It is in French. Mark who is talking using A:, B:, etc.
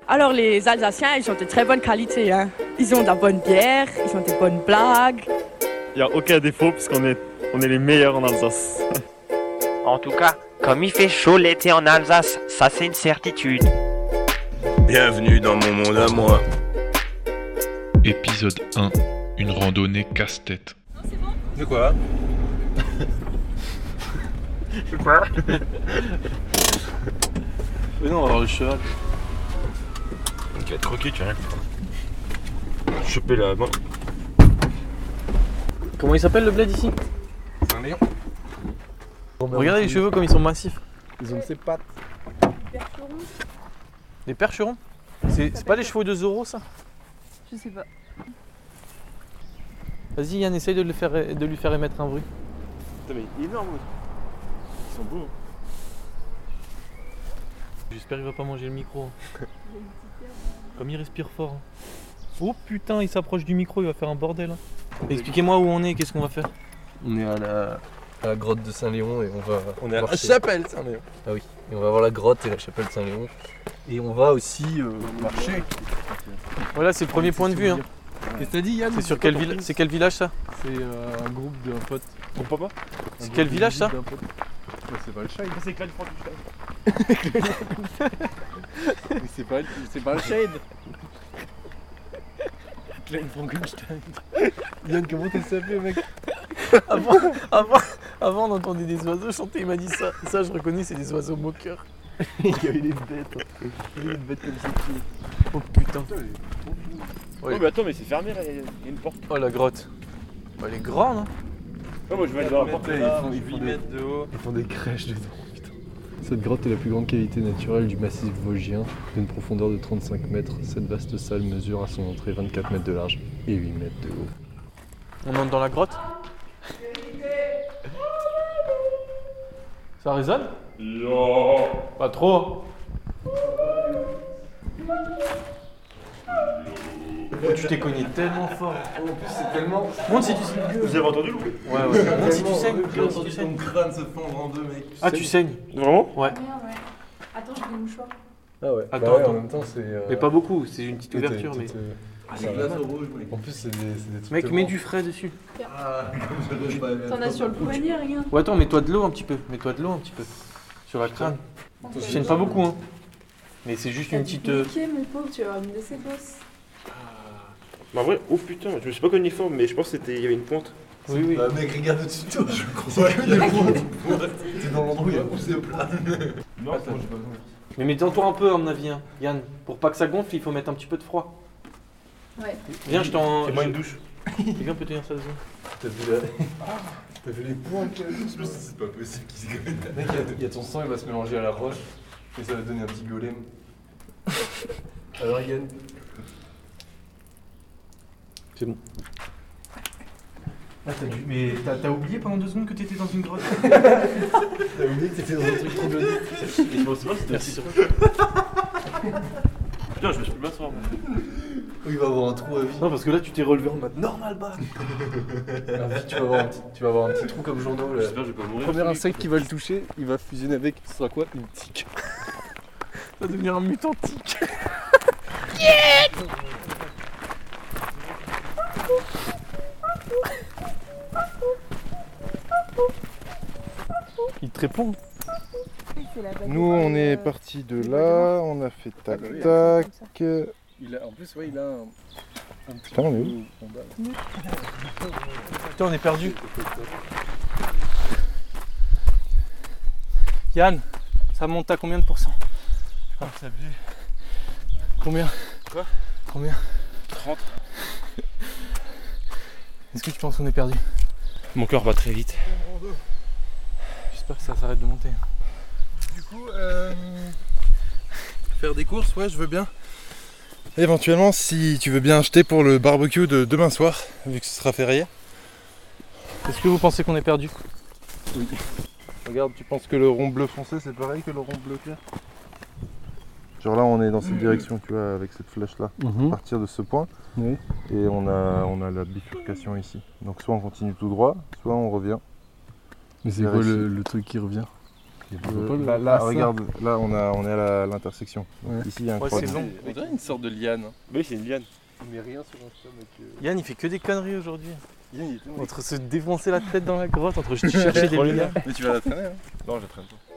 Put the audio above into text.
A: Alors les Alsaciens, ils ont de très bonne qualité, hein. Ils ont de la bonne bière, ils ont de bonnes blagues.
B: Il n'y a aucun défaut puisqu'on est les meilleurs en Alsace.
C: En tout cas, comme il fait chaud l'été en Alsace, ça c'est une certitude.
D: Bienvenue dans mon monde à moi.
E: Épisode 1, une randonnée casse-tête.
F: Non, c'est bon.
D: De quoi?
B: C'est quoi?
D: Mais non, on va voir le cheval.
B: Tu vas te croquer, tu vois. Choper la main.
G: Comment il s'appelle le bled ici?
D: C'est un lion.
G: Regardez les cheveux comme ils sont massifs.
D: Ils ont ses pattes.
G: Les percherons? C'est pas les chevaux de Zorro ça?
F: Je sais pas.
G: Vas-y Yann, essaye de lui faire émettre un bruit.
B: Putain, mais il est énorme. Ils sont beaux.
G: J'espère qu'il va pas manger le micro. Comme il respire fort. Oh putain, il s'approche du micro, il va faire un bordel. Expliquez-moi où on est, qu'est-ce qu'on va faire?
H: On est à la grotte de Saint-Léon et on va.
D: On est à la
H: marcher.
D: chapelle, Saint-Léon.
H: Ah oui, et on va voir la grotte et la chapelle de Saint-Léon. Et on va aussi marcher.
G: Voilà, c'est le premier point de vue. Hein.
D: Qu'est-ce que t'as dit, Yann?
G: C'est sur quel village ça?
D: C'est un groupe d'un pote.
B: Ton papa?
G: C'est quel village ça?
D: C'est pas le Shade.
B: C'est Clan Frankenstein.
D: Mais c'est pas le Shade. Clan Frankenstein. Yann, comment t'as s'appelé, mec?
G: Avant on entendait des oiseaux chanter, il m'a dit ça. Ça je reconnais, c'est des oiseaux moqueurs.
D: Il y avait des bêtes. Il y avait une bête comme ça.
G: Oh putain.
B: Oh, mais attends, mais c'est fermé là, il y a une porte.
G: Oh la grotte. Oh, elle est grande hein.
B: Oh, moi je vais aller dans la porte.
D: Ils font des crèches dedans. Putain. Cette grotte est la plus grande cavité naturelle du massif vosgien, d'une profondeur de 35 mètres. Cette vaste salle mesure à son entrée 24 mètres de large et 8 mètres de haut.
G: On entre dans la grotte. Ça résonne?
B: Non.
G: Pas trop. Oh, tu t'es cogné tellement fort.
D: En plus, c'est tellement.
G: Montre si tu saignes.
B: Vous avez entendu louper?
G: Ouais. Montre si tu saignes.
D: J'ai entendu ton crâne se fendre en deux, mec.
G: Ah, tu saignes?
B: Vraiment?
G: Ouais.
F: Merde, ouais. Attends, j'ai des mouchoirs.
D: Ah ouais.
G: Attends,
D: Bah ouais,
G: attends.
D: en même temps, c'est.
G: Mais pas beaucoup, c'est une petite ouverture. Mais...
D: c'est glace au rouge, mec. En plus, c'est des trucs.
G: Mec,
D: tellement-
G: mets du frais dessus.
D: Ah,
F: T'en as sur le poignet, rien.
G: Ouais, attends, mets-toi de l'eau un petit peu. Sur la crâne. Je saigne pas beaucoup, hein. Mais c'est juste une petite.
F: Ok, mon pauvre, tu vas me laisser bosse.
B: Bah, en vrai, oh putain, je me suis pas cogné fort, mais je pense qu'il y avait une pointe.
G: Oui.
D: Bah, mec, regarde au-dessus de toi. Je crois qu'il y a T'es dans l'endroit où il y a poussé plat.
B: Non,
D: Attends, j'ai pas besoin.
G: Mais mets-toi un peu, à mon avis, hein. Yann. Pour pas que ça gonfle, il faut mettre un petit peu de froid.
F: Ouais.
G: Viens, je t'en.
B: Fais-moi une douche.
G: Quelqu'un peut tenir ça dessus?
D: T'as vu les points qu'il y a dessus? C'est pas possible qu'il se gagne. Mec, il y a ton sang, il va se mélanger à la roche. Et ça va donner un petit golem. Alors, Yann.
G: C'est bon. Ah, mais t'as oublié pendant 2 secondes que t'étais dans une grotte?
D: T'as oublié que t'étais dans un truc troglodyte?
B: Et je pense pas que c'était aussi sur. Putain, je me suis plus m'asseoir.
D: Il va avoir un trou à vie.
G: Non, parce que là, tu t'es relevé en mode normal, bah.
D: À vie, tu vas avoir un petit trou comme journaux là.
B: J'espère que je vais pas mourir.
D: Le premier insecte qui va le toucher, il va fusionner avec. Ce sera quoi? Une tique.
G: Ça va devenir un mutant tic. Il te répond.
I: Nous, on est parti de là, on a fait tac tac.
D: En plus, ouais, il a un petit.
I: Putain, on est où?
G: Putain, on est perdu. Yann, ça monte à combien de pourcents? Combien?
B: Quoi?
G: Combien?
B: 30.
G: Est-ce que tu penses qu'on est perdu?
B: Mon cœur va très vite.
G: J'espère que ça s'arrête de monter.
I: Du coup, faire des courses, ouais, je veux bien. Éventuellement, si tu veux bien acheter pour le barbecue de demain soir, vu que ce sera férié.
G: Est-ce que vous pensez qu'on est perdu?
I: Oui. Regarde, tu penses que le rond bleu foncé c'est pareil que le rond bleu clair? Genre là, on est dans cette direction, tu vois, avec cette flèche là. À partir de ce point,
D: Oui.
I: et on a la bifurcation ici. Donc soit on continue tout droit, soit on revient.
D: Mais c'est
I: Vers
D: quoi
I: ici.
D: le truc qui revient?
I: Là, regarde, là on est à l'intersection.
D: Ouais.
I: Ici il y a un
G: Ouais,
I: croisement.
G: c'est long.
H: On dirait une sorte de liane.
B: Oui, c'est une liane.
H: Il met rien sur Insta, mec.
G: Yann, il fait que des conneries aujourd'hui.
H: Yann, il est tellement-
G: Entre se défoncer la tête dans la grotte, entre chercher des liens.
H: Mais tu vas la traîner, hein?
B: Non, je la traîne pas.